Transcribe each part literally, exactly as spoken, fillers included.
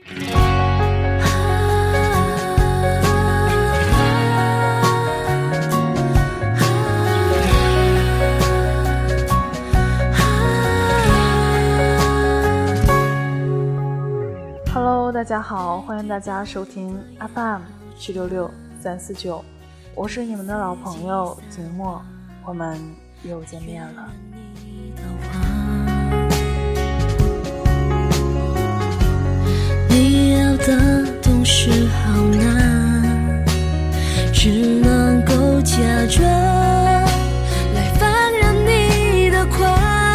Hello， 大家好，欢迎大家收听 F M 七六六三四九，我是你们的老朋友景墨，我们又见面了。 你要的懂事好难，只能够假装来放任你的狂。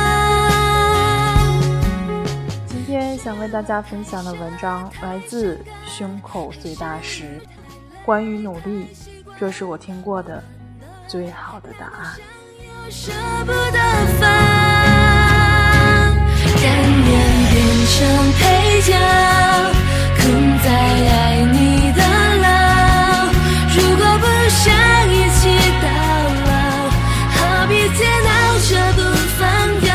今天想为大家分享的文章来自胸口碎大石，关于努力，这是我听过的最好的答案。 舍不得放，甘愿变成配角，困在爱你的牢。如果不想一起到老，何必煎熬着不放掉。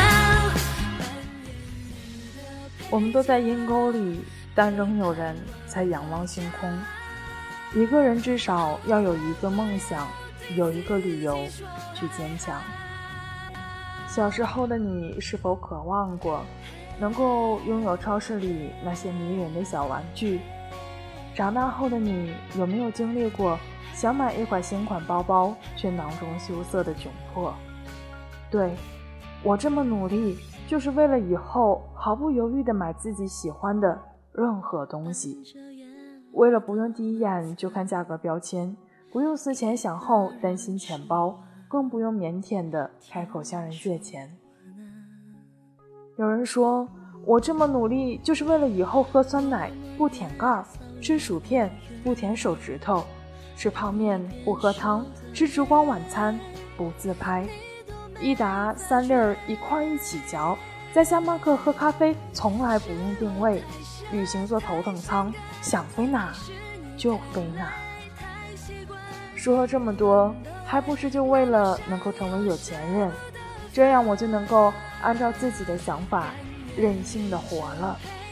我们都在阴沟里，但仍有人在仰望星空。一个人至少要有一个梦想，有一个理由去坚强。小时候的你是否渴望过能够拥有超市里那些迷人的小玩具？长大后的你有没有经历过想买一款新款包包却囊中羞涩的窘迫？对，我这么努力就是为了以后毫不犹豫地买自己喜欢的任何东西，为了不用第一眼就看价格标签，不用思前想后担心钱包，更不用腼腆地开口向人借钱。有人说，我这么努力就是为了以后喝酸奶不舔盖，吃薯片不舔手指头，吃泡面不喝汤，吃烛光晚餐不自拍，一打三粒儿一块一起嚼，在星巴克喝咖啡从来不用定位，旅行坐头等舱，想飞哪就飞哪。说了这么多，还不是就为了能够成为有钱人，这样我就能够按照自己的想法任性的活了。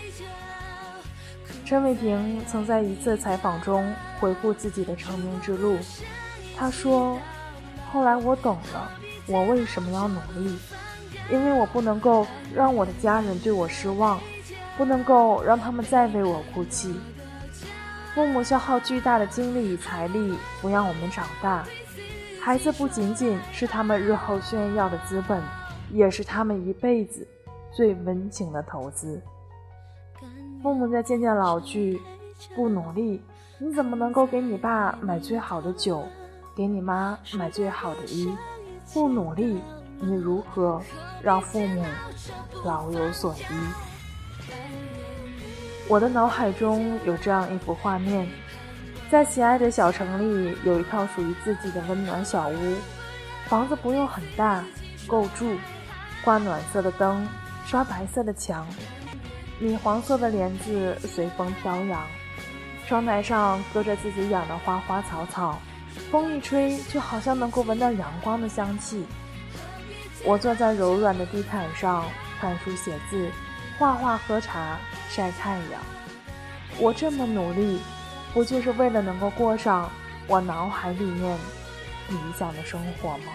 陈伟霆曾在一次采访中回顾自己的成名之路，他说，后来我懂了我为什么要努力，因为我不能够让我的家人对我失望，不能够让他们再为我哭泣。父母消耗巨大的精力与财力抚养我们长大，孩子不仅仅是他们日后炫耀的资本，也是他们一辈子最温情的投资。父母在渐渐老去，不努力，你怎么能够给你爸买最好的酒，给你妈买最好的衣？不努力，你如何让父母老有所依？我的脑海中有这样一幅画面，在喜爱的小城里有一套属于自己的温暖小屋，房子不用很大，够住，挂暖色的灯，刷白色的墙，米黄色的帘子随风飘扬，窗台上搁着自己养的花花草草，风一吹就好像能够闻到阳光的香气。我坐在柔软的地毯上看书写字，画画喝茶晒太阳。我这么努力，不就是为了能够过上我脑海里面理想的生活吗？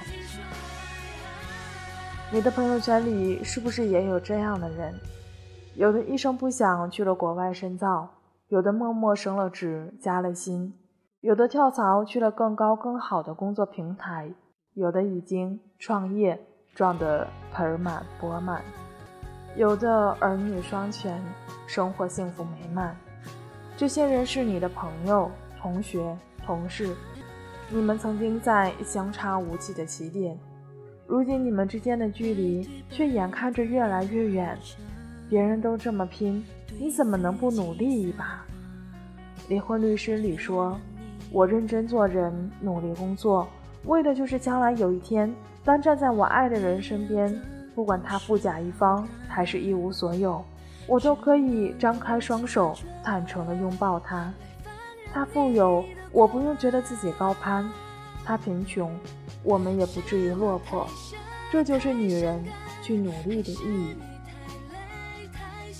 你的朋友圈里是不是也有这样的人？有的一声不响去了国外深造，有的默默升了职加了薪，有的跳槽去了更高更好的工作平台，有的已经创业赚得盆满钵满，有的儿女双全，生活幸福美满。这些人是你的朋友、同学、同事，你们曾经在相差无几的起点，如今你们之间的距离却眼看着越来越远。别人都这么拼，你怎么能不努力一把？离婚律师里说，我认真做人，努力工作，为的就是将来有一天，当站在我爱的人身边，不管他富甲一方还是一无所有，我都可以张开双手坦诚地拥抱他。他富有，我不用觉得自己高攀；他贫穷，我们也不至于落魄。这就是女人去努力的意义。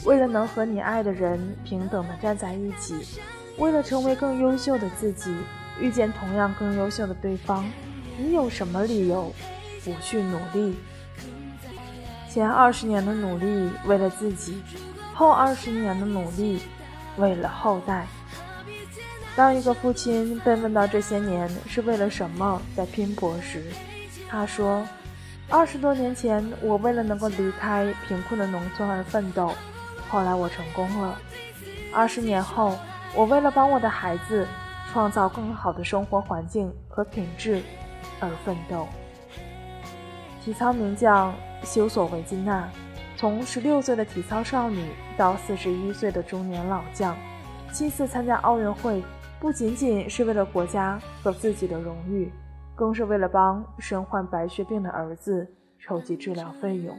为了能和你爱的人平等地站在一起，为了成为更优秀的自己，遇见同样更优秀的对方，你有什么理由不去努力？前二十年的努力为了自己，后二十年的努力为了后代。当一个父亲被问到这些年是为了什么在拼搏时，他说，二十多年前我为了能够离开贫困的农村而奋斗，后来我成功了。二十年后，我为了帮我的孩子创造更好的生活环境和品质而奋斗。体操名将修索维金娜，从十六岁的体操少女到四十一岁的中年老将，亲自参加奥运会，不仅仅是为了国家和自己的荣誉，更是为了帮身患白血病的儿子筹集治疗费用。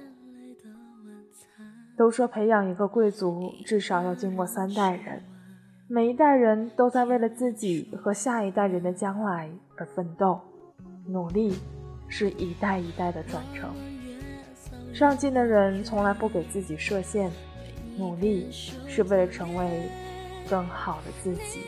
都说培养一个贵族至少要经过三代人，每一代人都在为了自己和下一代人的将来而奋斗，努力是一代一代的传承。上进的人从来不给自己设限，努力是为了成为更好的自己。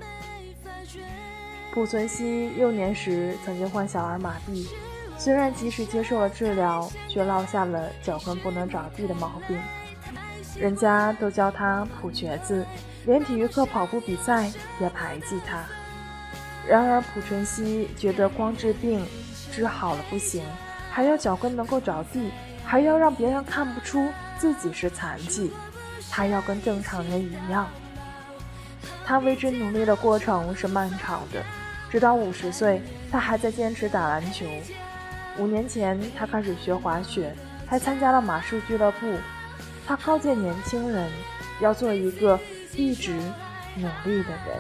濮存昕幼年时曾经患小儿麻痹，虽然及时接受了治疗，却落下了脚跟不能着地的毛病。人家都叫他蹼瘸子，连体育课跑步比赛也排挤他。然而濮存昕觉得光治病治好了不行，还要脚跟能够着地，还要让别人看不出自己是残疾，他要跟正常人一样。他为之努力的过程是漫长的，直到五十岁，他还在坚持打篮球。五年前，他开始学滑雪，还参加了马术俱乐部。他告诫年轻人，要做一个一直努力的人。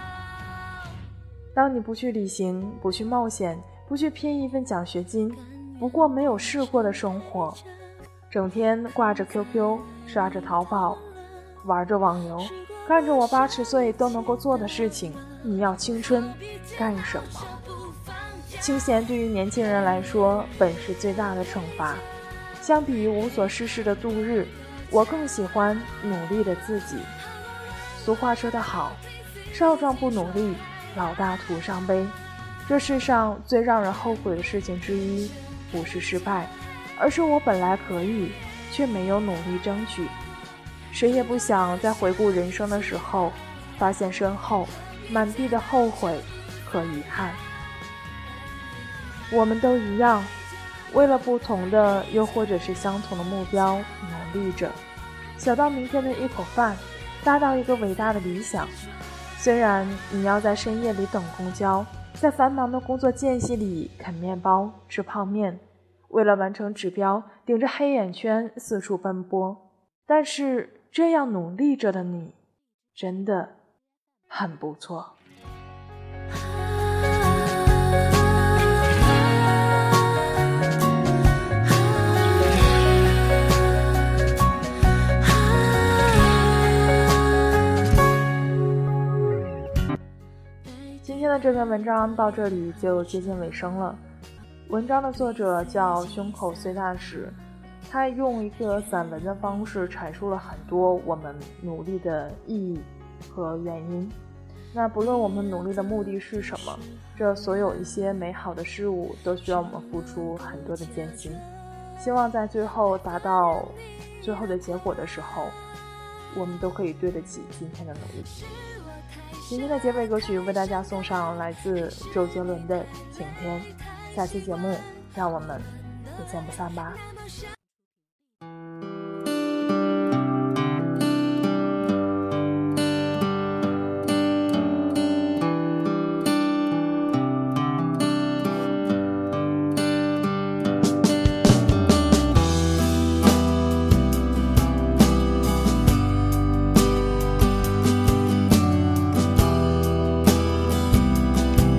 当你不去旅行，不去冒险，不去拼一份奖学金，不过没有试过的生活，整天挂着 Q Q， 刷着淘宝，玩着网游，干着我八十岁都能够做的事情，你要青春干什么？清闲对于年轻人来说本是最大的惩罚，相比于无所事事的度日，我更喜欢努力的自己。俗话说得好，少壮不努力，老大徒伤悲。这世上最让人后悔的事情之一，不是失败，而是我本来可以，却没有努力争取。谁也不想在回顾人生的时候，发现身后满地的后悔和遗憾。我们都一样，为了不同的又或者是相同的目标努力着，小到明天的一口饭，大到一个伟大的理想。虽然你要在深夜里等公交，在繁忙的工作间隙里啃面包吃泡面，为了完成指标顶着黑眼圈四处奔波，但是这样努力着的你真的很不错。今天的这篇文章到这里就接近尾声了。文章的作者叫胸口碎大石，他用一个散文的方式阐述了很多我们努力的意义和原因。那不论我们努力的目的是什么，这所有一些美好的事物都需要我们付出很多的艰辛。希望在最后达到最后的结果的时候，我们都可以对得起今天的努力。今天的结尾歌曲为大家送上来自周杰伦的《晴天》，下期节目让我们不见不散吧。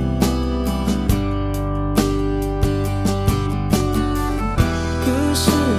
是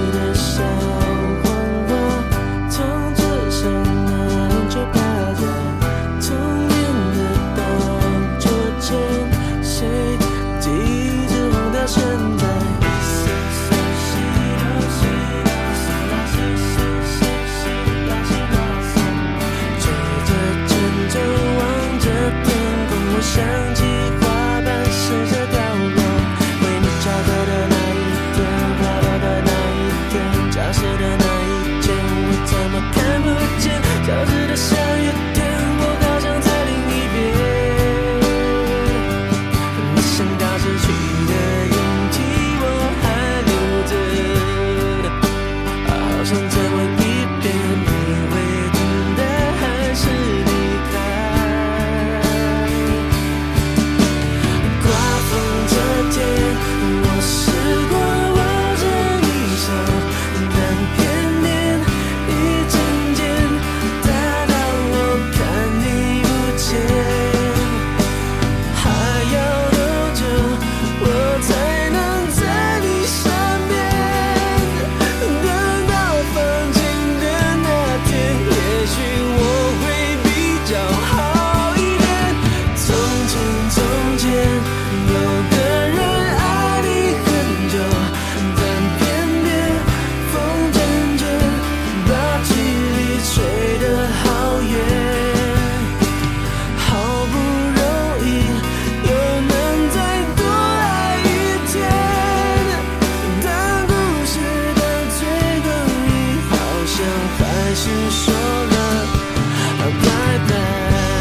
说了拜拜。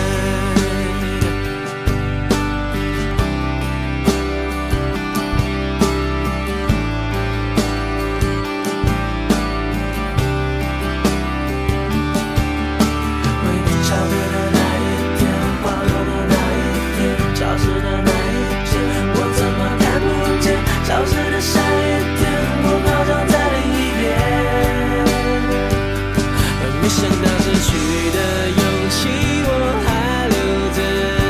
消失的下一天，我好像在另一边。没想到失去的勇气，我还留着。